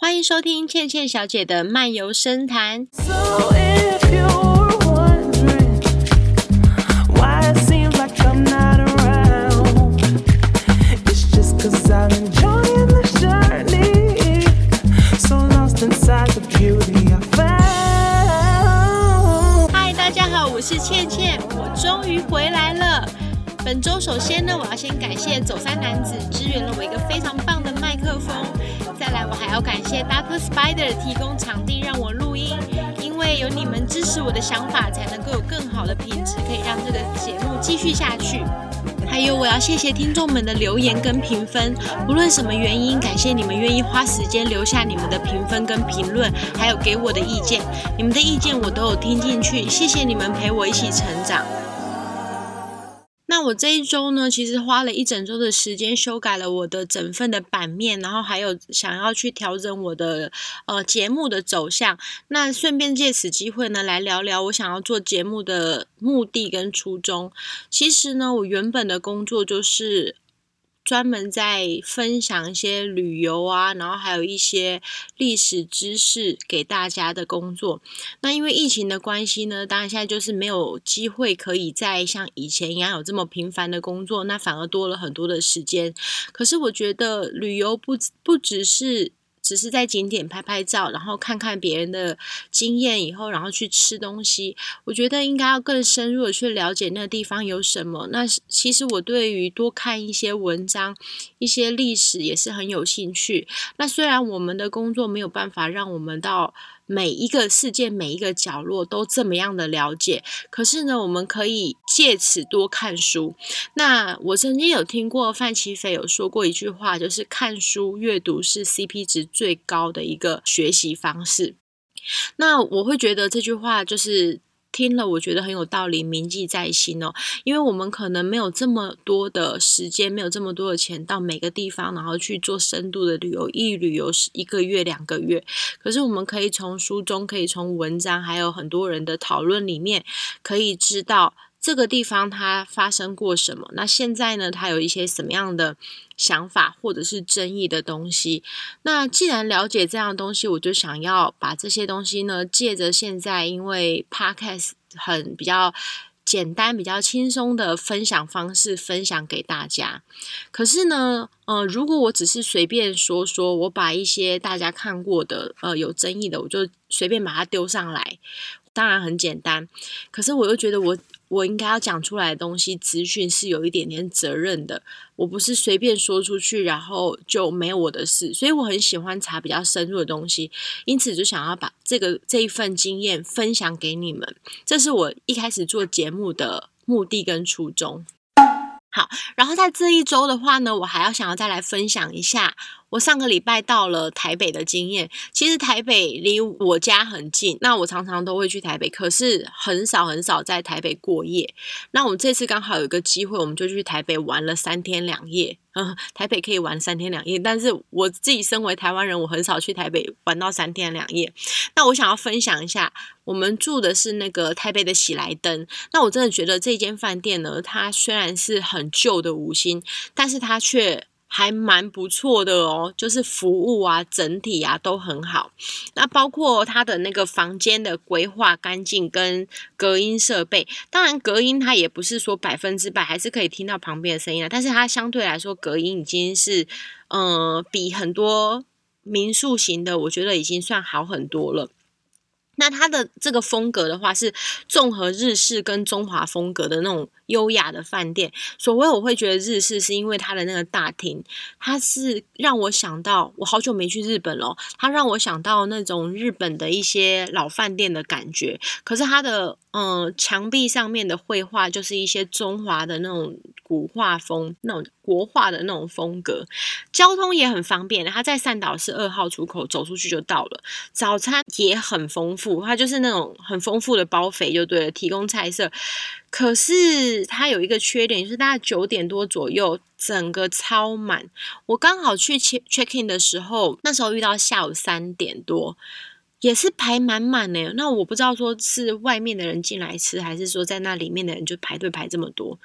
欢迎收听倩倩小姐的漫游深谈。嗨，大家好，我是倩倩，我终于回来了。本周首先呢，我要先感谢走山男子支援了我一个非常棒的麦克风，再来我还要感谢 Dr. Spider 提供场地让我录音，因为有你们支持我的想法，才能够有更好的品质，可以让这个节目继续下去。还有我要谢谢听众们的留言跟评分，无论什么原因，感谢你们愿意花时间留下你们的评分跟评论，还有给我的意见，你们的意见我都有听进去，谢谢你们陪我一起成长。那我这一周呢，其实花了一整周的时间修改了我的整份的版面，然后还有想要去调整我的节目的走向。那顺便借此机会呢，来聊聊我想要做节目的目的跟初衷。其实呢，我原本的工作就是专门在分享一些旅游啊，然后还有一些历史知识给大家的工作。那因为疫情的关系呢，当然现在就是没有机会可以再像以前一样有这么频繁的工作，那反而多了很多的时间。可是我觉得旅游不只是在景点拍拍照，然后看看别人的经验以后，然后去吃东西。我觉得应该要更深入的去了解那个地方有什么。那其实我对于多看一些文章、一些历史也是很有兴趣。那虽然我们的工作没有办法让我们到每一个世界每一个角落都这么样的了解，可是呢，我们可以借此多看书。那我曾经有听过范琪斐有说过一句话，就是看书阅读是 CP 值最高的一个学习方式。那我会觉得这句话就是听了我觉得很有道理，铭记在心哦。因为我们可能没有这么多的时间，没有这么多的钱到每个地方，然后去做深度的旅游，一旅游1个月2个月。可是我们可以从书中，可以从文章，还有很多人的讨论里面，可以知道这个地方它发生过什么，那现在呢，它有一些什么样的想法或者是争议的东西。那既然了解这样的东西，我就想要把这些东西呢，借着现在因为 Podcast 比较简单比较轻松的分享方式分享给大家。可是呢如果我只是随便说，我把一些大家看过的有争议的，我就随便把它丢上来，当然很简单，可是我又觉得我应该要讲出来的东西资讯是有一点点责任的，我不是随便说出去然后就没有我的事，所以我很喜欢查比较深入的东西，因此就想要把这一份经验分享给你们，这是我一开始做节目的目的跟初衷。好，然后在这一周的话呢，我还想要再来分享一下我上个礼拜到了台北的经验。其实台北离我家很近，那我常常都会去台北，可是很少在台北过夜。那我们这次刚好有一个机会，我们就去台北玩了3天2夜。台北可以玩3天2夜，但是我自己身为台湾人，我很少去台北玩到3天2夜。那我想要分享一下，我们住的是那个台北的喜来登。那我真的觉得这间饭店呢，它虽然是很旧的5星，但是它却还蛮不错的哦，就是服务啊整体啊都很好。那包括它的那个房间的规划干净跟隔音设备，当然隔音它也不是说100%还是可以听到旁边的声音啊，但是它相对来说隔音已经是比很多民宿型的我觉得已经算好很多了。那它的这个风格的话是综合日式跟中华风格的那种优雅的饭店。所谓我会觉得日式是因为它的那个大厅，它是让我想到，我好久没去日本了，它让我想到那种日本的一些老饭店的感觉。可是它的墙壁上面的绘画就是一些中华的那种古画风，那种国画的那种风格。交通也很方便，它在善导市2号出口走出去就到了。早餐也很丰富，它就是那种很丰富的包肥就对了，提供菜色。可是它有一个缺点，就是大概9点多左右整个超满。我刚好去 check in 的时候，那时候遇到下午3点多，也是排满满耶。那我不知道说是外面的人进来吃，还是说在那里面的人就排队排这么多，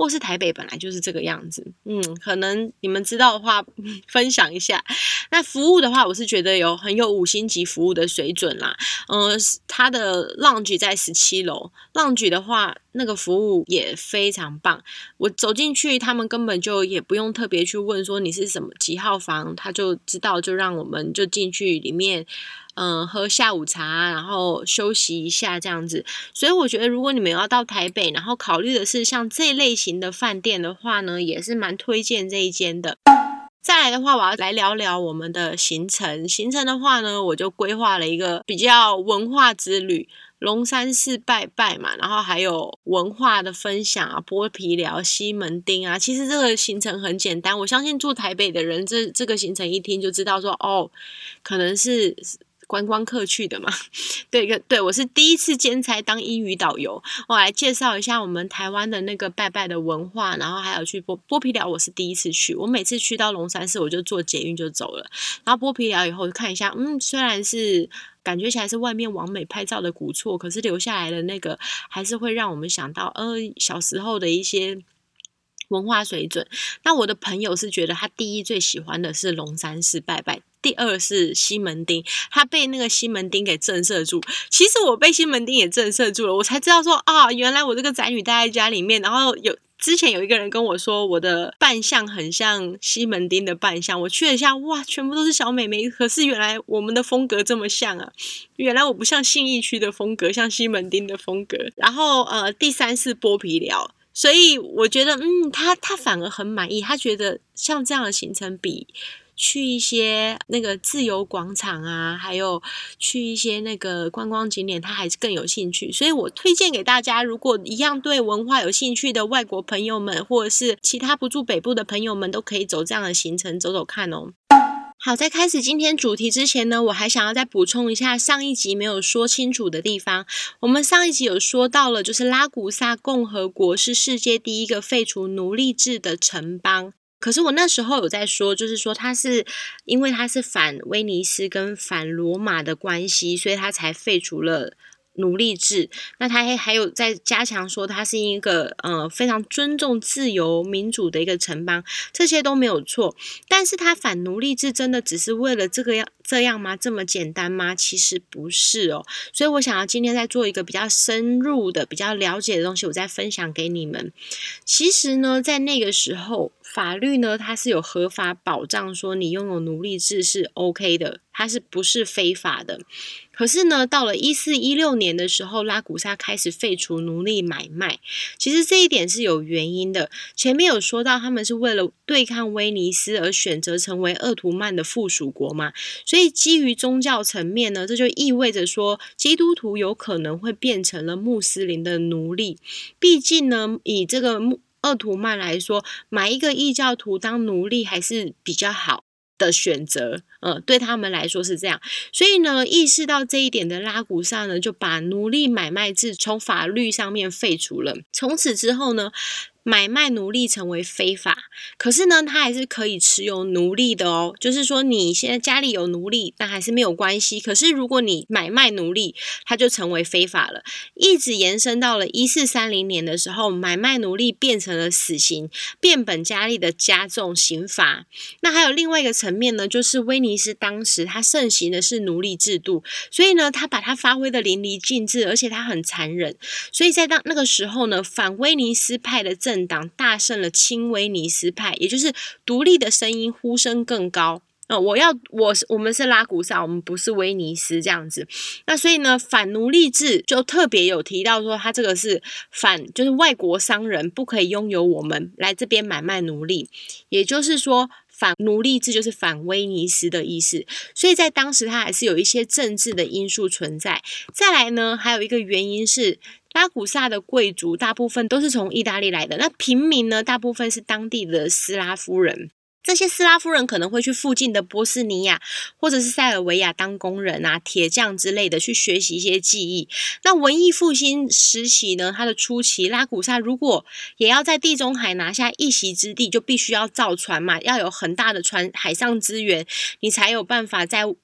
或是台北本来就是这个样子。可能你们知道的话分享一下。那服务的话，我是觉得很有5星级服务的水准啦。它的 lounge 在17楼 ，lounge 的话那个服务也非常棒。我走进去，他们根本就也不用特别去问说你是什么几号房，他就知道，就让我们就进去里面喝下午茶，然后休息一下这样子。所以我觉得如果你们要到台北，然后考虑的是像这类型的饭店的话呢，也是蛮推荐这一间的。再来的话，我要来聊聊我们的行程。行程的话呢，我就规划了一个比较文化之旅，龙山寺拜拜嘛，然后还有文化的分享啊，剥皮寮、西门町啊。其实这个行程很简单，我相信住台北的人这个行程一听就知道说，可能是观光客去的嘛。对，我是第一次兼差当英语导游，我来介绍一下我们台湾的那个拜拜的文化，然后还有去剥皮寮，我是第一次去。我每次去到龙山寺，我就坐捷运就走了。然后剥皮寮以后就看一下，虽然是感觉起来是外面网美拍照的古厝，可是留下来的那个还是会让我们想到小时候的一些文化水准。那我的朋友是觉得他第一最喜欢的是龙山寺拜拜，第二是西门町，他被那个西门町给震慑住。其实我被西门町也震慑住了，我才知道说原来我这个宅女待在家里面，然后之前有一个人跟我说我的扮相很像西门町的扮相，我去了一下，哇，全部都是小美眉，可是原来我们的风格这么像啊，原来我不像信义区的风格，像西门町的风格。然后第三是剥皮寮，所以我觉得他反而很满意，他觉得像这样的行程比去一些那个自由广场啊，还有去一些那个观光景点，他还是更有兴趣。所以我推荐给大家，如果一样对文化有兴趣的外国朋友们，或者是其他不住北部的朋友们，都可以走这样的行程走走看哦。好，在开始今天主题之前呢，我还想要再补充一下上一集没有说清楚的地方。我们上一集有说到了，就是拉古萨共和国是世界第一个废除奴隶制的城邦。可是我那时候有在说，就是说因为它是反威尼斯跟反罗马的关系，所以它才废除了奴隶制。那他还有在加强说它是一个非常尊重自由民主的一个城邦，这些都没有错。但是他反奴隶制真的只是为了这样吗？这么简单吗？其实不是哦。所以我想要今天再做一个比较深入的、比较了解的东西，我再分享给你们。其实呢，在那个时候，法律呢它是有合法保障说你拥有奴隶制是 OK 的，它是不是非法的。可是呢，到了1416年的时候，拉古萨开始废除奴隶买卖。其实这一点是有原因的。前面有说到，他们是为了对抗威尼斯而选择成为鄂图曼的附属国嘛，所以基于宗教层面呢，这就意味着说，基督徒有可能会变成了穆斯林的奴隶。毕竟呢，以这个鄂图曼来说，买一个异教徒当奴隶还是比较好的选择，对他们来说是这样。所以呢，意识到这一点的拉古萨呢，就把奴隶买卖制从法律上面废除了。从此之后呢，买卖奴隶成为非法，可是呢，他还是可以持有奴隶的哦。就是说，你现在家里有奴隶，那还是没有关系。可是如果你买卖奴隶，它就成为非法了。一直延伸到了1430年的时候，买卖奴隶变成了死刑，变本加厉的加重刑罚。那还有另外一个层面呢，就是威尼斯当时它盛行的是奴隶制度，所以呢，他把它发挥的淋漓尽致，而且他很残忍。所以在那个时候呢，反威尼斯派的政党大胜了亲威尼斯派，也就是独立的声音呼声更高。我们是拉古萨，我们不是威尼斯这样子。那所以呢，反奴隶制就特别有提到说，他这个是就是外国商人不可以拥有我们来这边买卖奴隶，也就是说反奴隶制就是反威尼斯的意思。所以在当时它还是有一些政治的因素存在。再来呢，还有一个原因是拉古萨的贵族大部分都是从意大利来的，那平民呢，大部分是当地的斯拉夫人。这些斯拉夫人可能会去附近的波斯尼亚或者是塞尔维亚当工人啊、铁匠之类的，去学习一些技艺。那文艺复兴时期呢，它的初期，拉古萨如果也要在地中海拿下一席之地，就必须要造船嘛，要有很大的海上资源，你才有办法在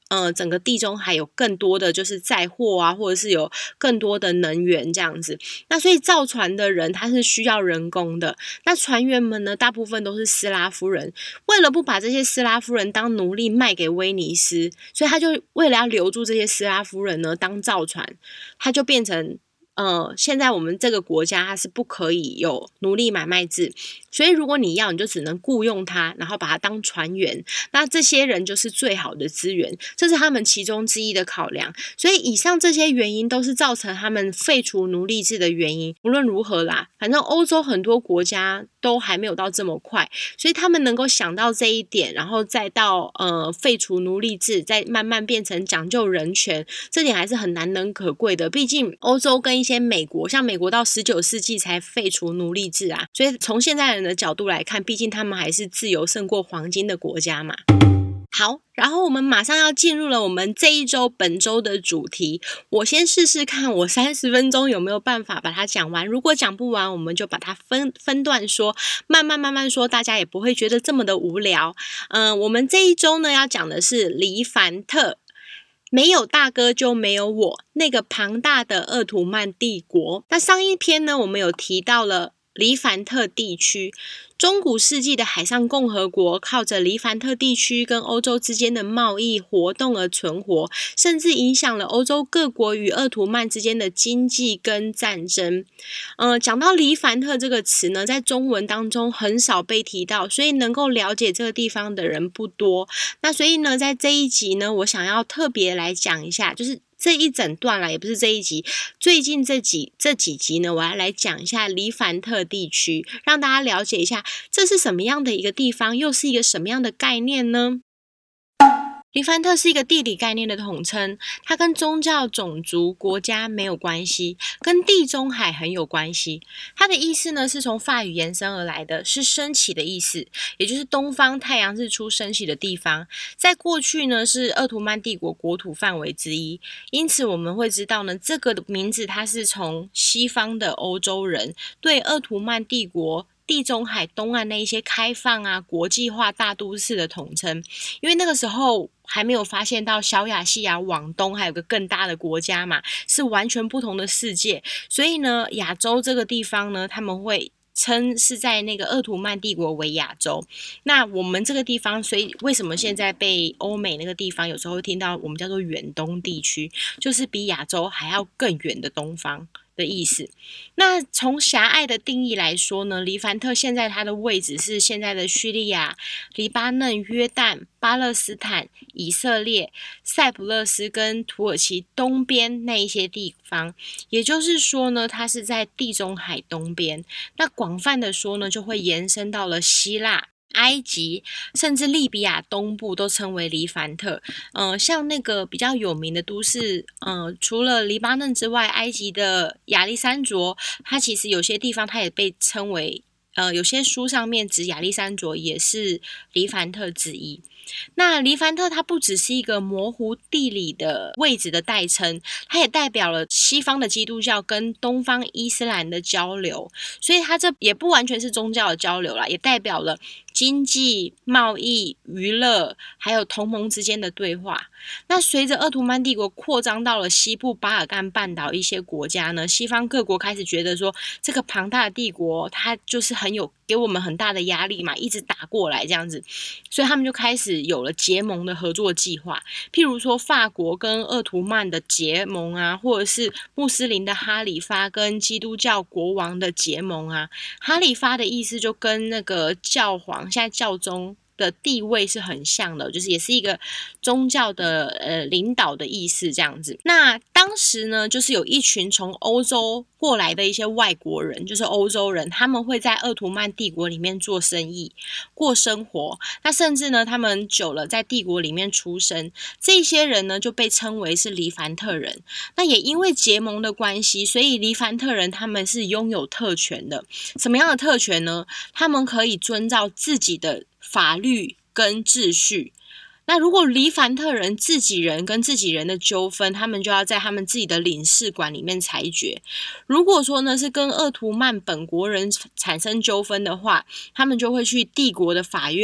整个地中海有更多的就是载货啊，或者是有更多的能源这样子。那所以造船的人他是需要人工的，那船员们呢大部分都是斯拉夫人，为了不把这些斯拉夫人当奴隶卖给威尼斯，所以他就为了要留住这些斯拉夫人呢当造船，他就变成现在我们这个国家它是不可以有奴隶买卖制，所以如果你要，你就只能雇佣他，然后把他当船员，那这些人就是最好的资源，这是他们其中之一的考量。所以以上这些原因都是造成他们废除奴隶制的原因。无论如何啦，反正欧洲很多国家都还没有到这么快，所以他们能够想到这一点，然后再到废除奴隶制，再慢慢变成讲究人权，这点还是很难能可贵的。毕竟欧洲跟一些美国，像美国到19世纪才废除奴隶制啊，所以从现在人的角度来看，毕竟他们还是自由胜过黄金的国家嘛。好，然后我们马上要进入了我们这一周本周的主题。我先试试看我30分钟有没有办法把它讲完，如果讲不完，我们就把它分段说，慢慢说，大家也不会觉得这么的无聊。我们这一周呢要讲的是黎凡特。没有大哥就没有我，那个庞大的鄂图曼帝国。那上一篇呢，我们有提到了黎凡特地区，中古世纪的海上共和国靠着黎凡特地区跟欧洲之间的贸易活动而存活，甚至影响了欧洲各国与鄂图曼之间的经济跟战争。讲到黎凡特这个词呢，在中文当中很少被提到，所以能够了解这个地方的人不多。那所以呢，在这一集呢，我想要特别来讲一下，就是这一整段啦，也不是这一集，最近这几集呢，我要来讲一下黎凡特地区，让大家了解一下这是什么样的一个地方，又是一个什么样的概念呢？黎凡特是一个地理概念的统称，它跟宗教、种族、国家没有关系，跟地中海很有关系。它的意思呢是从法语延伸而来的，是升起的意思，也就是东方太阳日出升起的地方。在过去呢是鄂图曼帝国国土范围之一，因此我们会知道呢这个名字它是从西方的欧洲人对鄂图曼帝国地中海东岸那一些开放啊国际化大都市的统称，因为那个时候还没有发现到小亚细亚往东还有个更大的国家嘛，是完全不同的世界，所以呢亚洲这个地方呢他们会称是在那个鄂图曼帝国为亚洲。那我们这个地方，所以为什么现在被欧美那个地方有时候会听到我们叫做远东地区，就是比亚洲还要更远的东方的意思。那从狭隘的定义来说呢，黎凡特现在它的位置是现在的叙利亚、黎巴嫩、约旦、巴勒斯坦、以色列、塞浦路斯跟土耳其东边那一些地方，也就是说呢，它是在地中海东边。那广泛的说呢，就会延伸到了希腊、埃及，甚至利比亚东部都称为黎凡特。像那个比较有名的都市，除了黎巴嫩之外，埃及的亚历山卓，它其实有些地方它也被称为，有些书上面指亚历山卓也是黎凡特之一。那黎凡特它不只是一个模糊地理的位置的代称，它也代表了西方的基督教跟东方伊斯兰的交流，所以它这也不完全是宗教的交流啦，也代表了经济、贸易、娱乐还有同盟之间的对话。那随着鄂图曼帝国扩张到了西部巴尔干半岛一些国家呢，西方各国开始觉得说这个庞大的帝国它就是给我们很大的压力嘛，一直打过来这样子，所以他们就开始有了结盟的合作计划，譬如说法国跟鄂图曼的结盟啊，或者是穆斯林的哈里发跟基督教国王的结盟啊。哈里发的意思就跟那个教皇现在教宗的地位是很像的，就是也是一个宗教的领导的意思这样子。那当时呢，就是有一群从欧洲过来的一些外国人，就是欧洲人，他们会在鄂图曼帝国里面做生意、过生活。那甚至呢，他们久了在帝国里面出生，这些人呢就被称为是黎凡特人。那也因为结盟的关系，所以黎凡特人他们是拥有特权的。什么样的特权呢？他们可以遵照自己的法律跟秩序。那如果黎凡特人自己人跟自己人的纠纷，他们就要在他们自己的领事馆里面裁决。如果说呢是跟鄂图曼本国人产生纠纷的话，他们就会去帝国的法院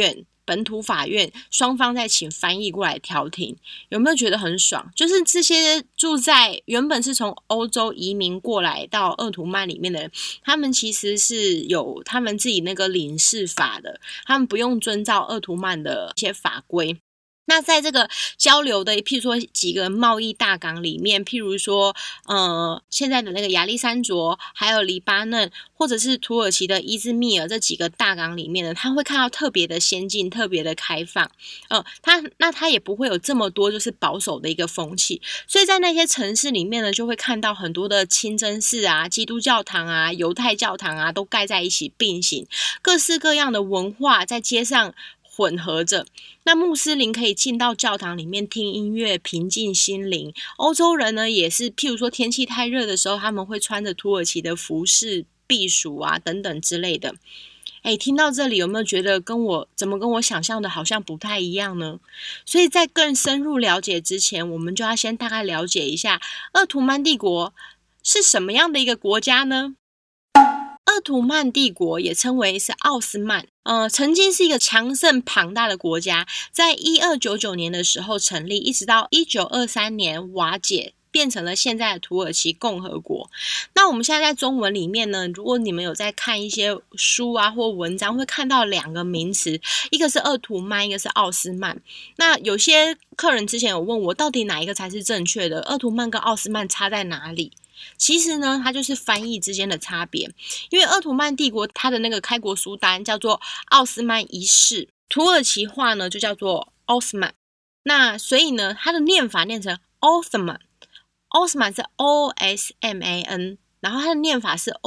本土法院双方再请翻译过来调停，有没有觉得很爽？就是这些住在原本是从欧洲移民过来到鄂图曼里面的人，他们其实是有他们自己那个领事法的，他们不用遵照鄂图曼的一些法规。那在这个交流的譬如说几个贸易大港里面，譬如说现在的那个亚历山卓，还有黎巴嫩，或者是土耳其的伊兹密尔，这几个大港里面呢，他会看到特别的先进，特别的开放。他也不会有这么多就是保守的一个风气，所以在那些城市里面呢，就会看到很多的清真寺啊、基督教堂啊、犹太教堂啊都盖在一起并行，各式各样的文化在街上混合着。那穆斯林可以进到教堂里面听音乐，平静心灵。欧洲人呢，也是譬如说天气太热的时候，他们会穿着土耳其的服饰避暑啊等等之类的。听到这里有没有觉得怎么跟我想象的好像不太一样呢？所以在更深入了解之前，我们就要先大概了解一下鄂图曼帝国是什么样的一个国家呢？鄂图曼帝国也称为是奥斯曼，曾经是一个强盛庞大的国家，在1299年的时候成立，一直到1923年瓦解，变成了现在的土耳其共和国。那我们现在在中文里面呢，如果你们有在看一些书啊或文章，会看到两个名词，一个是鄂图曼，一个是奥斯曼。那有些客人之前有问我，到底哪一个才是正确的？鄂图曼跟奥斯曼差在哪里？其实呢，它就是翻译之间的差别。因为鄂图曼帝国它的那个开国苏丹叫做奥斯曼一世，土耳其话呢就叫做奥斯曼。那所以呢，它的念法念成 Osman，Osman 是 O-S-M-A-N， 然后它的念法是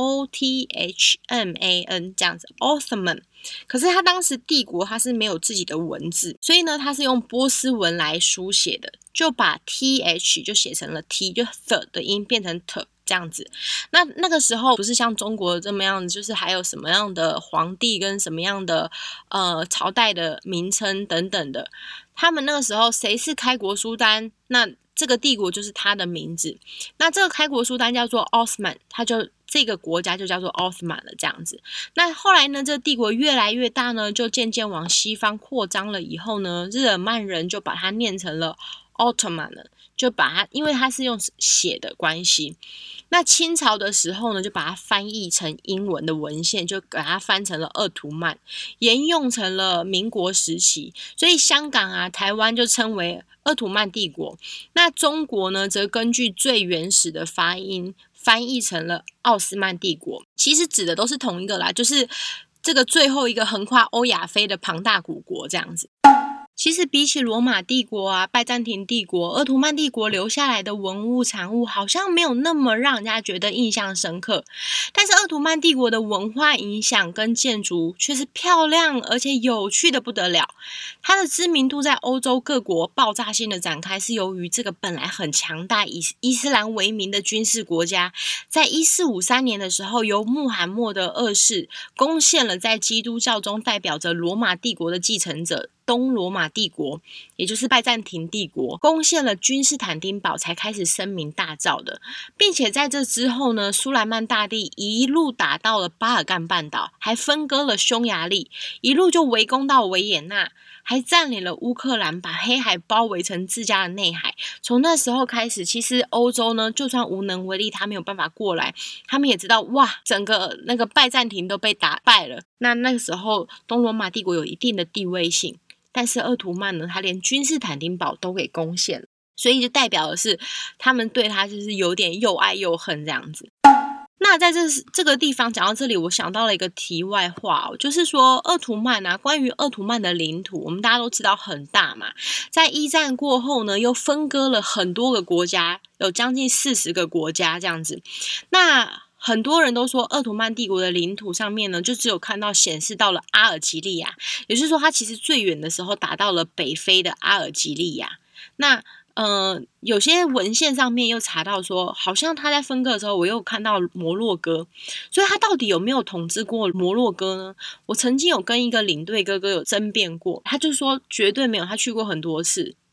O-T-H-M-A-N 这样子 Ottoman。可是它当时帝国它是没有自己的文字，所以呢它是用波斯文来书写的，就把 th 就写成了 t， 就 the 的音变成 t 这样子。那个时候不是像中国这么样子，就是还有什么样的皇帝跟什么样的朝代的名称等等的。他们那个时候谁是开国苏丹，那这个帝国就是他的名字。那这个开国苏丹叫做 Osman， 这个国家就叫做奥斯曼了这样子。那后来呢，这个帝国越来越大呢，就渐渐往西方扩张了以后呢，日耳曼人就把它念成了奥特曼了，就把它，因为它是用写的关系。那清朝的时候呢，就把它翻译成英文的文献，就给它翻成了鄂图曼，沿用成了民国时期。所以香港啊、台湾就称为鄂图曼帝国。那中国呢，则根据最原始的发音翻译成了奥斯曼帝国。其实指的都是同一个啦，就是这个最后一个横跨欧亚非的庞大古国这样子。其实比起罗马帝国啊、拜占庭帝国，鄂图曼帝国留下来的文物产物好像没有那么让人家觉得印象深刻，但是鄂图曼帝国的文化影响跟建筑却是漂亮而且有趣的不得了。它的知名度在欧洲各国爆炸性的展开，是由于这个本来很强大以伊斯兰为名的军事国家，在1453年的时候，由穆罕默德二世攻陷了在基督教中代表着罗马帝国的继承者东罗马帝国，也就是拜占庭帝国，攻陷了君士坦丁堡才开始声名大噪的。并且在这之后呢，苏莱曼大帝一路打到了巴尔干半岛，还分割了匈牙利，一路就围攻到维也纳，还占领了乌克兰，把黑海包围成自家的内海。从那时候开始，其实欧洲呢，就算无能为力，他没有办法过来，他们也知道哇，整个那个拜占庭都被打败了。那个时候东罗马帝国有一定的地位性，但是鄂图曼呢，他连君士坦丁堡都给攻陷了，所以就代表的是他们对他就是有点又爱又恨这样子。那在这个地方讲到这里，我想到了一个题外话就是说鄂图曼啊，关于鄂图曼的领土，我们大家都知道很大嘛，在一战过后呢，又分割了很多个国家，有将近40个国家这样子。那很多人都说鄂图曼帝国的领土上面呢，就只有看到显示到了阿尔及利亚，也就是说它其实最远的时候打到了北非的阿尔及利亚。那有些文献上面又查到说，好像他在分割的时候，我又看到摩洛哥，所以他到底有没有统治过摩洛哥呢？我曾经有跟一个领队哥哥有争辩过，他就说绝对没有，他去过很多次，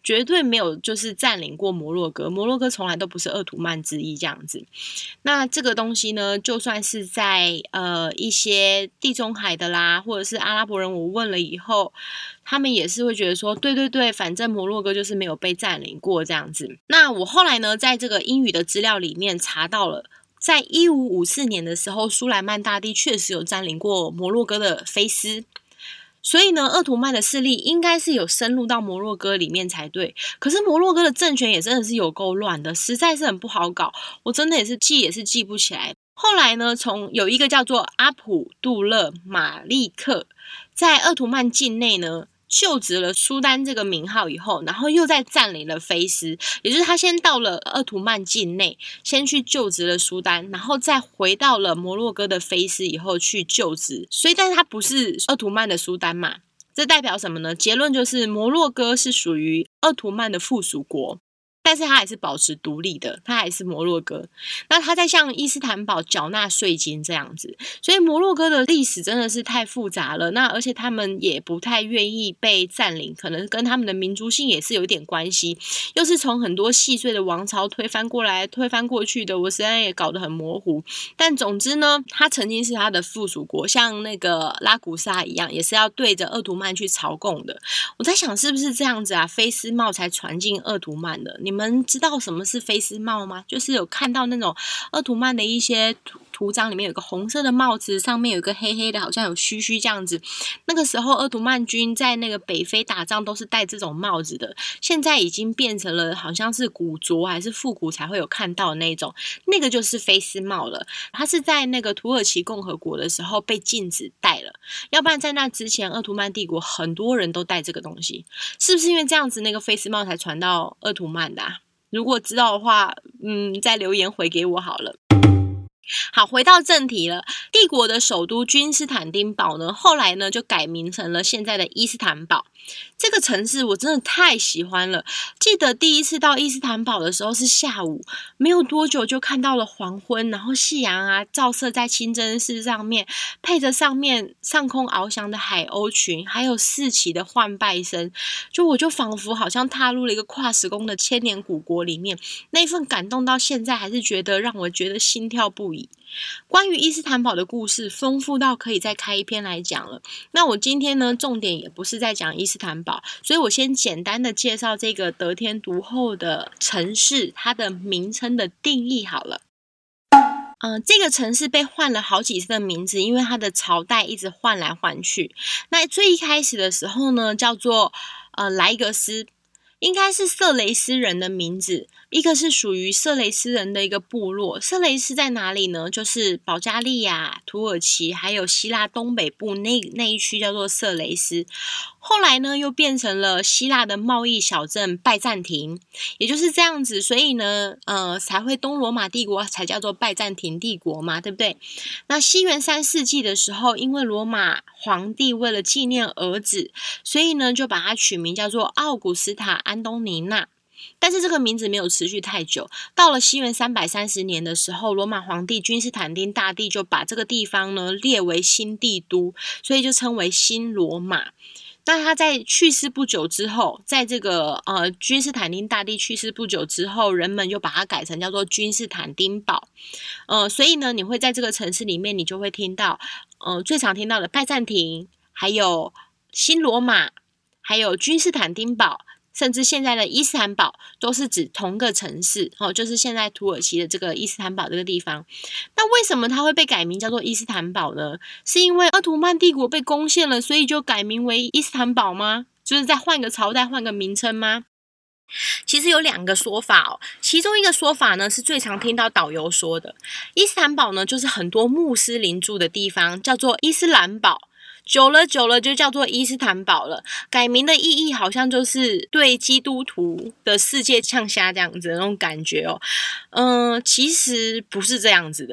绝对没有就是占领过摩洛哥，摩洛哥从来都不是鄂图曼之一这样子。那这个东西呢，就算是在一些地中海的啦，或者是阿拉伯人，我问了以后，他们也是会觉得说，对，反正摩洛哥就是没有被占领过这样子。那我后来呢，在这个英语的资料里面查到了，在1554年的时候，苏莱曼大帝确实有占领过摩洛哥的菲斯。所以呢，鄂图曼的势力应该是有深入到摩洛哥里面才对。可是摩洛哥的政权也真的是有够乱的，实在是很不好搞。我真的也是记不起来。后来呢，有一个叫做阿卜杜勒马利克，在鄂图曼境内呢，就职了苏丹这个名号以后，然后又再占领了菲斯，也就是他先到了鄂图曼境内，先去就职了苏丹，然后再回到了摩洛哥的菲斯以后去就职。所以但是他不是鄂图曼的苏丹嘛，这代表什么呢？结论就是摩洛哥是属于鄂图曼的附属国，但是他还是保持独立的，他还是摩洛哥。那他在向伊斯坦堡缴纳税金这样子，所以摩洛哥的历史真的是太复杂了。那而且他们也不太愿意被占领，可能跟他们的民族性也是有一点关系，又是从很多细碎的王朝推翻过来推翻过去的，我实在也搞得很模糊。但总之呢，他曾经是他的附属国，像那个拉古萨一样，也是要对着鄂图曼去朝贡的。我在想是不是这样子啊，菲斯帽才传进鄂图曼的。你们知道什么是菲斯帽吗？就是有看到那种鄂图曼的一些图章里面有个红色的帽子，上面有一个黑黑的，好像有须须这样子。那个时候鄂图曼军在那个北非打仗都是戴这种帽子的，现在已经变成了好像是古着还是复古才会有看到的那种，那个就是菲斯帽了。它是在那个土耳其共和国的时候被禁止戴了，要不然在那之前鄂图曼帝国很多人都戴这个东西。是不是因为这样子那个菲斯帽才传到鄂图曼的啊？如果知道的话，再留言回给我好了。好，回到正题了。帝国的首都君士坦丁堡呢，后来呢就改名成了现在的伊斯坦堡。这个城市我真的太喜欢了。记得第一次到伊斯坦堡的时候是下午，没有多久就看到了黄昏，然后夕阳啊照射在清真寺上面，配着上空翱翔的海鸥群，还有四起的唤拜声，我就仿佛好像踏入了一个跨时空的千年古国里面，那份感动到现在还是让我觉得心跳不已。关于伊斯坦堡的故事丰富到可以再开一篇来讲了。那我今天呢，重点也不是在讲伊斯坦堡，所以我先简单的介绍这个得天独厚的城市，它的名称的定义好了。这个城市被换了好几次的名字，因为它的朝代一直换来换去。那最一开始的时候呢，叫做莱格斯，应该是色雷斯人的名字，一个是属于色雷斯人的一个部落。色雷斯在哪里呢？就是保加利亚、土耳其还有希腊东北部那一区叫做色雷斯。后来呢，又变成了希腊的贸易小镇拜占庭，也就是这样子，所以呢，才会东罗马帝国才叫做拜占庭帝国嘛，对不对？那西元3世纪的时候，因为罗马皇帝为了纪念儿子，所以呢，就把它取名叫做奥古斯塔安东尼娜。但是这个名字没有持续太久，到了西元330年的时候，罗马皇帝君士坦丁大帝就把这个地方呢列为新帝都，所以就称为新罗马。那他在去世不久之后，在这个君士坦丁大帝去世不久之后，人们就把它改成叫做君士坦丁堡。所以呢，你会在这个城市里面，你就会听到最常听到的拜占庭，还有新罗马，还有君士坦丁堡，甚至现在的伊斯坦堡，都是指同个城市就是现在土耳其的这个伊斯坦堡这个地方。那为什么它会被改名叫做伊斯坦堡呢？是因为鄂图曼帝国被攻陷了，所以就改名为伊斯坦堡吗？就是再换个朝代换个名称吗？其实有两个说法其中一个说法呢是最常听到导游说的，伊斯坦堡呢就是很多穆斯林住的地方，叫做伊斯兰堡。久了就叫做伊斯坦堡了，改名的意义好像就是对基督徒的世界呛虾这样子的那种感觉其实不是这样子的。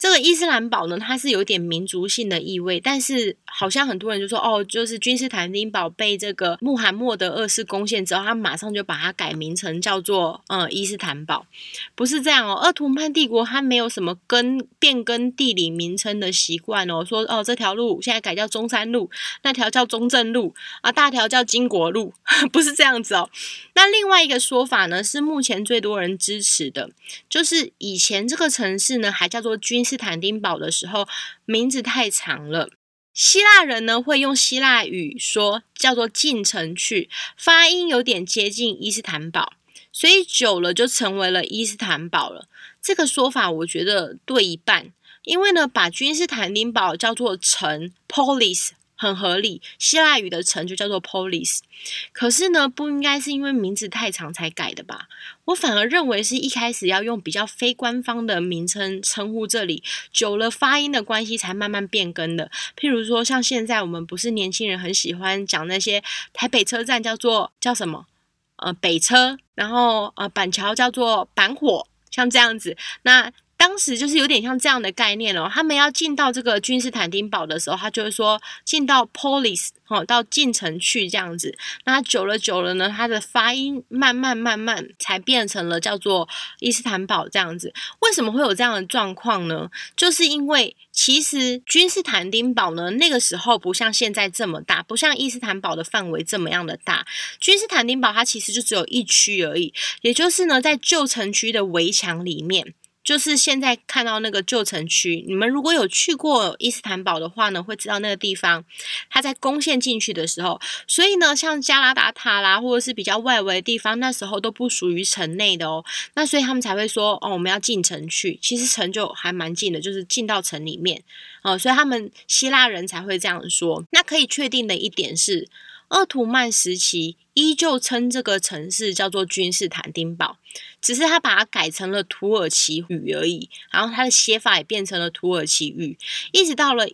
这个伊斯兰堡呢，它是有点民族性的意味，但是好像很多人就说就是君士坦丁堡被这个穆罕默德2世攻陷之后，他马上就把它改名成叫做伊斯坦堡。不是这样哦，鄂图曼帝国它没有什么变更地理名称的习惯哦，说这条路现在改叫中山路，那条叫中正路啊，大条叫经国路，不是这样子哦。那另外一个说法呢，是目前最多人支持的，就是以前这个城市呢还叫做君士坦丁堡的时候，名字太长了。希腊人呢会用希腊语说叫做进城去，发音有点接近伊斯坦堡，所以久了就成为了伊斯坦堡了。这个说法我觉得对一半，因为呢把君士坦丁堡叫做城 polis 很合理，希腊语的城就叫做 polis。 可是呢不应该是因为名字太长才改的吧？我反而认为是一开始要用比较非官方的名称称呼这里，久了发音的关系才慢慢变更的。譬如说像现在我们不是年轻人很喜欢讲那些台北车站叫什么北车，然后板桥叫做板火，像这样子。那当时就是有点像这样的概念哦，他们要进到这个君士坦丁堡的时候，他就会说进到 polis 到进城去这样子。那久了呢，它的发音慢慢才变成了叫做伊斯坦堡这样子。为什么会有这样的状况呢？就是因为其实君士坦丁堡呢那个时候不像现在这么大，不像伊斯坦堡的范围这么样的大。君士坦丁堡它其实就只有一区而已，也就是呢在旧城区的围墙里面，就是现在看到那个旧城区，你们如果有去过伊斯坦堡的话呢，会知道那个地方它在攻陷进去的时候，所以呢像加拉达塔啦或者是比较外围的地方，那时候都不属于城内的哦。那所以他们才会说我们要进城去，其实城就还蛮近的，就是进到城里面所以他们希腊人才会这样说。那可以确定的一点是，鄂图曼时期依旧称这个城市叫做君士坦丁堡，只是他把它改成了土耳其语而已，然后它的写法也变成了土耳其语。一直到了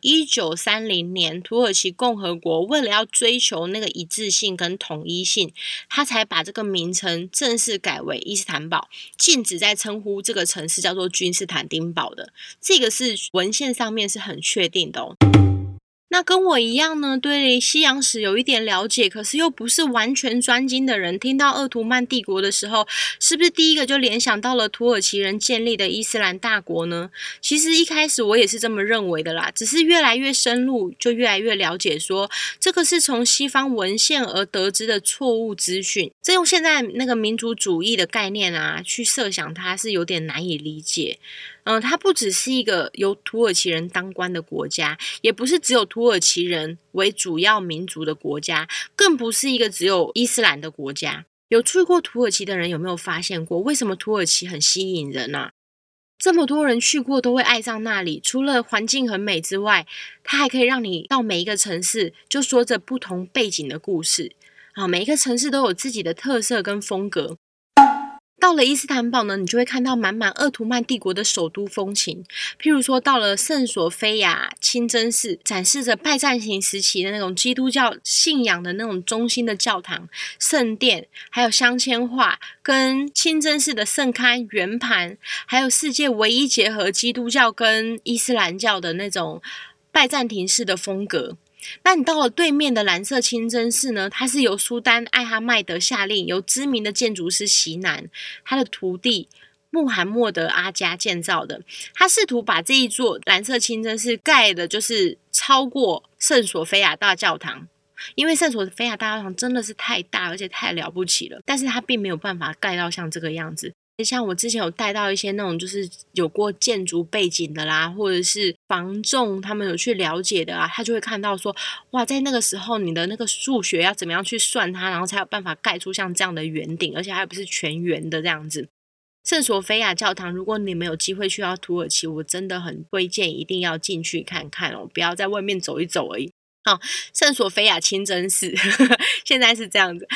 1930年，土耳其共和国为了要追求那个一致性跟统一性，他才把这个名称正式改为伊斯坦堡，禁止再称呼这个城市叫做君士坦丁堡的。这个是文献上面是很确定的哦。那跟我一样呢，对西洋史有一点了解，可是又不是完全专精的人，听到鄂图曼帝国的时候，是不是第一个就联想到了土耳其人建立的伊斯兰大国呢？其实一开始我也是这么认为的啦，只是越来越深入，就越来越了解说，这个是从西方文献而得知的错误资讯。这用现在那个民族主义的概念去设想它是有点难以理解。它不只是一个由土耳其人当官的国家，也不是只有土耳其人为主要民族的国家，更不是一个只有伊斯兰的国家。有去过土耳其的人有没有发现过，为什么土耳其很吸引人啊？这么多人去过都会爱上那里，除了环境很美之外，它还可以让你到每一个城市就说着不同背景的故事每一个城市都有自己的特色跟风格。到了伊斯坦堡呢，你就会看到满满鄂图曼帝国的首都风情。譬如说到了圣索菲亚清真寺，展示着拜占庭时期的那种基督教信仰的那种中心的教堂、圣殿，还有镶嵌画跟清真寺的圣龛圆盘，还有世界唯一结合基督教跟伊斯兰教的那种拜占庭式的风格。那你到了对面的蓝色清真寺呢，它是由苏丹艾哈迈德下令，由知名的建筑师席南他的徒弟穆罕默德阿加建造的。他试图把这一座蓝色清真寺盖的就是超过圣索菲亚大教堂，因为圣索菲亚大教堂真的是太大而且太了不起了，但是他并没有办法盖到像这个样子。像我之前有带到一些那种就是有过建筑背景的啦，或者是房仲他们有去了解的他就会看到说，哇，在那个时候你的那个数学要怎么样去算它，然后才有办法盖出像这样的圆顶，而且还不是全圆的这样子。圣索菲亚教堂，如果你们有机会去到土耳其，我真的很推荐一定要进去看看不要在外面走一走而已。圣索菲亚清真寺现在是这样子。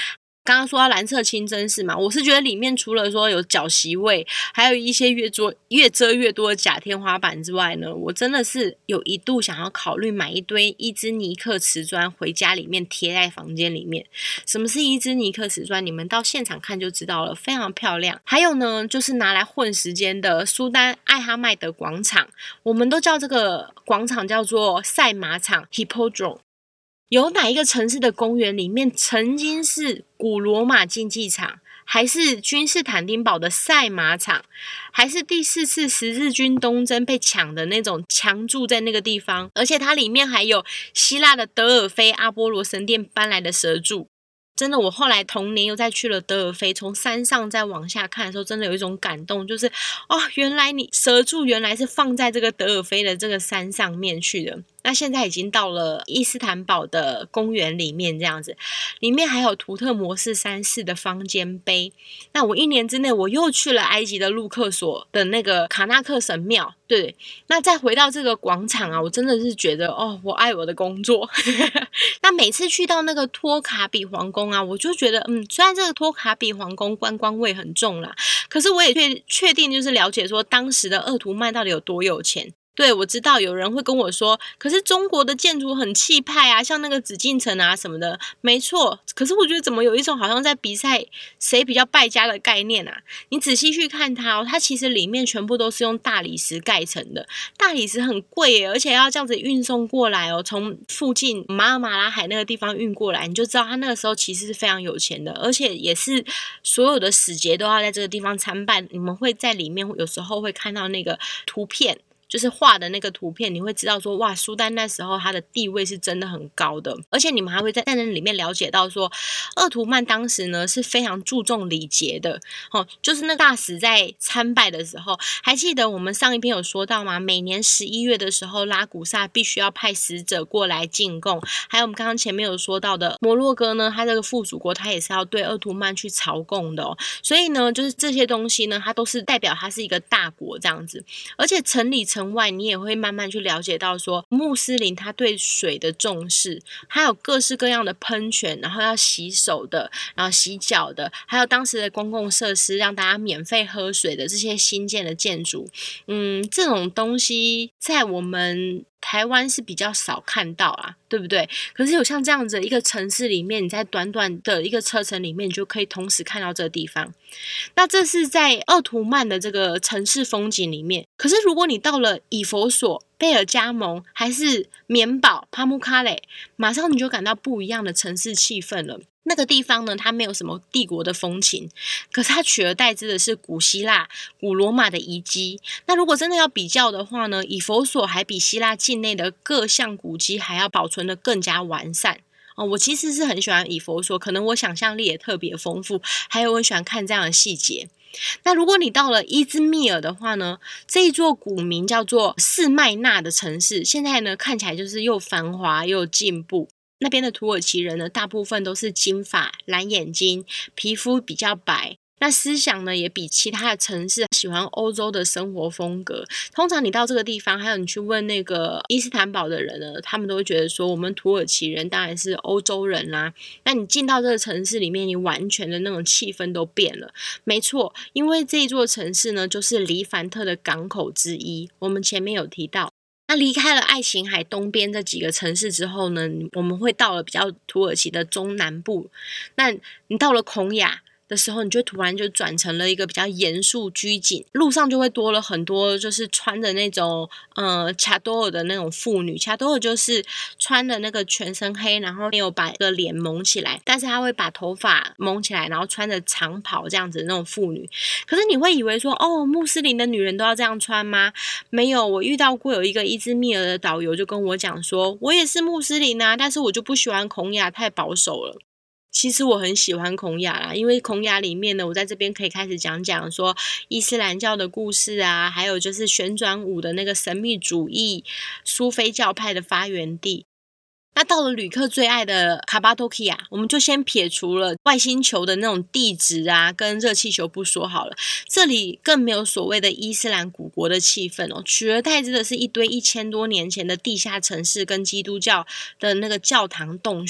刚刚说到蓝色清真寺嘛，我是觉得里面除了说有脚席位，还有一些越遮越多的假天花板之外呢，我真的是有一度想要考虑买一堆伊兹尼克瓷砖回家里面贴在房间里面。什么是伊兹尼克瓷砖？你们到现场看就知道了，非常漂亮。还有呢，就是拿来混时间的苏丹艾哈迈德广场，我们都叫这个广场叫做赛马场 Hippodrome。有哪一个城市的公园里面曾经是古罗马竞技场，还是君士坦丁堡的赛马场，还是第4次十字军东征被抢的那种墙筑在那个地方，而且它里面还有希腊的德尔菲阿波罗神殿搬来的蛇柱。真的，我后来同年又再去了德尔菲，从山上再往下看的时候，真的有一种感动，就是原来你蛇柱原来是放在这个德尔菲的这个山上面去的。那现在已经到了伊斯坦堡的公园里面这样子，里面还有图特摩斯3世的方尖碑。那我1年之内我又去了埃及的路克索的那个卡纳克神庙。对，那再回到这个广场啊，我真的是觉得我爱我的工作。那每次去到那个托卡比皇宫啊，我就觉得虽然这个托卡比皇宫观光味很重啦，可是我也确定就是了解说当时的鄂图曼到底有多有钱。对，我知道有人会跟我说，可是中国的建筑很气派啊，像那个紫禁城啊什么的，没错。可是我觉得怎么有一种好像在比赛谁比较败家的概念啊？你仔细去看它它其实里面全部都是用大理石盖成的，大理石很贵耶，而且要这样子运送过来从附近马尔马拉海那个地方运过来，你就知道他那个时候其实是非常有钱的，而且也是所有的使节都要在这个地方参拜。你们会在里面有时候会看到那个图片。就是画的那个图片，你会知道说哇，苏丹那时候他的地位是真的很高的，而且你们还会在那里面了解到说，鄂图曼当时呢是非常注重礼节的就是那大使在参拜的时候，还记得我们上一篇有说到吗？每年11月的时候，拉古萨必须要派使者过来进贡，还有我们刚刚前面有说到的摩洛哥呢，它这个附属国，它也是要对鄂图曼去朝贡的所以呢，就是这些东西呢，它都是代表它是一个大国这样子，而且城里城外你也会慢慢去了解到说穆斯林他对水的重视，还有各式各样的喷泉，然后要洗手的，然后洗脚的，还有当时的公共设施让大家免费喝水的这些新建的建筑这种东西在我们台湾是比较少看到啦，对不对？可是有像这样子一个城市里面，你在短短的一个车程里面，你就可以同时看到这个地方。那这是在鄂图曼的这个城市风景里面。可是如果你到了以弗所、贝尔加蒙还是棉堡、帕穆卡雷，马上你就感到不一样的城市气氛了。那个地方呢，它没有什么帝国的风情，可是它取而代之的是古希腊、古罗马的遗迹。那如果真的要比较的话呢，以弗所还比希腊境内的各项古迹还要保存得更加完善。我其实是很喜欢以弗所，可能我想象力也特别丰富，还有我很喜欢看这样的细节。那如果你到了伊兹密尔的话呢，这一座古名叫做士麦纳的城市，现在呢看起来就是又繁华又进步。那边的土耳其人呢，大部分都是金发、蓝眼睛，皮肤比较白。那思想呢，也比其他的城市喜欢欧洲的生活风格。通常你到这个地方，还有你去问那个伊斯坦堡的人呢，他们都会觉得说，我们土耳其人当然是欧洲人啦。那你进到这个城市里面，你完全的那种气氛都变了。没错，因为这一座城市呢，就是黎凡特的港口之一。我们前面有提到。那离开了爱琴海东边这几个城市之后呢，我们会到了比较土耳其的中南部。那你到了孔雅的时候，你就突然就转成了一个比较严肃拘谨，路上就会多了很多就是穿着那种恰多尔的那种妇女。恰多尔就是穿的那个全身黑，然后没有把个脸蒙起来，但是她会把头发蒙起来，然后穿着长袍这样子的那种妇女。可是你会以为说穆斯林的女人都要这样穿吗？没有，我遇到过有一个伊兹密尔的导游就跟我讲说，我也是穆斯林啊，但是我就不喜欢孔雅，太保守了。其实我很喜欢孔雅啦，因为孔雅里面呢，我在这边可以开始讲说伊斯兰教的故事啊，还有就是旋转舞的那个神秘主义苏菲教派的发源地。那到了旅客最爱的卡巴多基亚，我们就先撇除了外星球的那种地质啊跟热气球不说好了，这里更没有所谓的伊斯兰古国的气氛取而代之的是一堆1000多年前的地下城市跟基督教的那个教堂洞穴。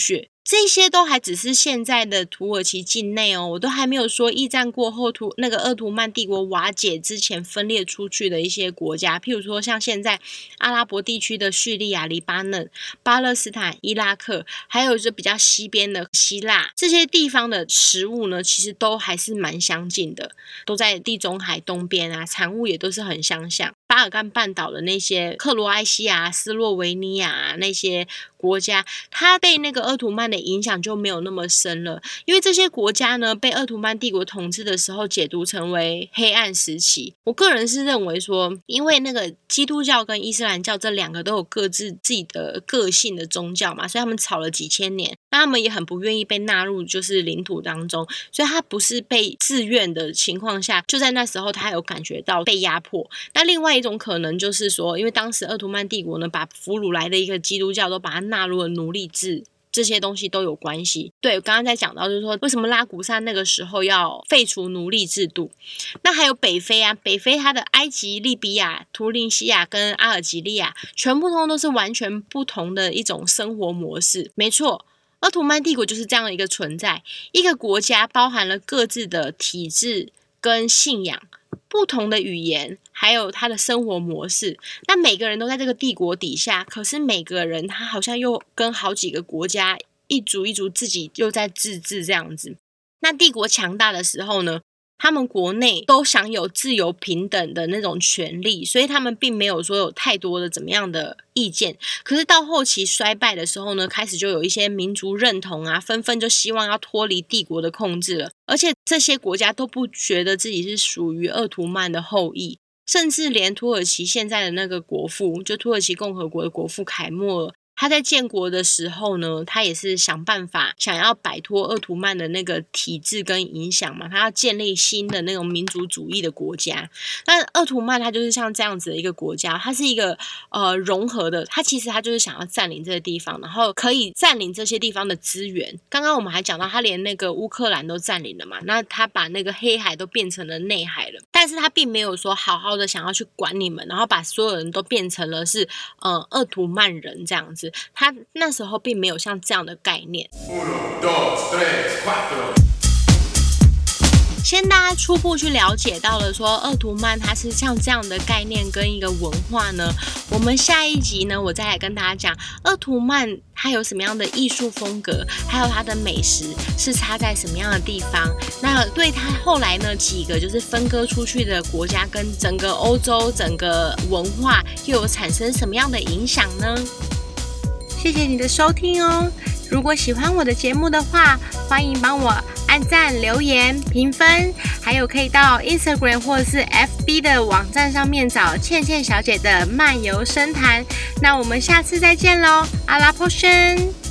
这些都还只是现在的土耳其境内哦，我都还没有说1战过后那个鄂图曼帝国瓦解之前分裂出去的一些国家，譬如说像现在阿拉伯地区的叙利亚、黎巴嫩、巴勒斯坦、伊拉克，还有就比较西边的希腊，这些地方的食物呢，其实都还是蛮相近的，都在地中海东边啊，产物也都是很相像。巴尔干半岛的那些克罗埃西亚、斯洛维尼亚那些国家，它被那个鄂图曼的影响就没有那么深了，因为这些国家呢被鄂图曼帝国统治的时候解读成为黑暗时期。我个人是认为说，因为那个基督教跟伊斯兰教这两个都有各自自己的个性的宗教嘛，所以他们吵了几千年，那他们也很不愿意被纳入就是领土当中，所以他不是被自愿的情况下，就在那时候他有感觉到被压迫。那另外一种可能就是说，因为当时鄂图曼帝国呢把俘虏来的一个基督教都把它纳入了奴隶制，这些东西都有关系。对，我刚刚在讲到就是说为什么拉古萨那个时候要废除奴隶制度。那还有北非啊，北非它的埃及、利比亚、突尼西亚跟阿尔及利亚，全部都是完全不同的一种生活模式。没错，鄂图曼帝国就是这样的一个存在，一个国家包含了各自的体制跟信仰，不同的语言，还有他的生活模式。那每个人都在这个帝国底下，可是每个人他好像又跟好几个国家一族一族自己又在自治这样子。那帝国强大的时候呢，他们国内都享有自由平等的那种权利，所以他们并没有说有太多的怎么样的意见。可是到后期衰败的时候呢，开始就有一些民族认同啊，纷纷就希望要脱离帝国的控制了，而且这些国家都不觉得自己是属于鄂图曼的后裔，甚至连土耳其现在的那个国父，就土耳其共和国的国父凯末尔，他在建国的时候呢，他也是想办法想要摆脱鄂图曼的那个体制跟影响嘛，他要建立新的那种民族主义的国家。那鄂图曼他就是像这样子的一个国家，它是一个融合的，他其实他就是想要占领这个地方，然后可以占领这些地方的资源。刚刚我们还讲到他连那个乌克兰都占领了嘛，那他把那个黑海都变成了内海了，但是他并没有说好好的想要去管你们，然后把所有人都变成了是鄂图曼人这样子，他那时候并没有像这样的概念。先大家初步去了解到了说鄂图曼它是像这样的概念跟一个文化呢，我们下一集呢我再来跟大家讲鄂图曼它有什么样的艺术风格，还有它的美食是差在什么样的地方，那对它后来呢几个就是分割出去的国家跟整个欧洲整个文化又有产生什么样的影响呢？谢谢你的收听哦，如果喜欢我的节目的话，欢迎帮我按赞、留言、评分，还有可以到 Instagram 或者是 FB 的网站上面找倩倩小姐的漫游深谈。那我们下次再见咯，阿拉波森。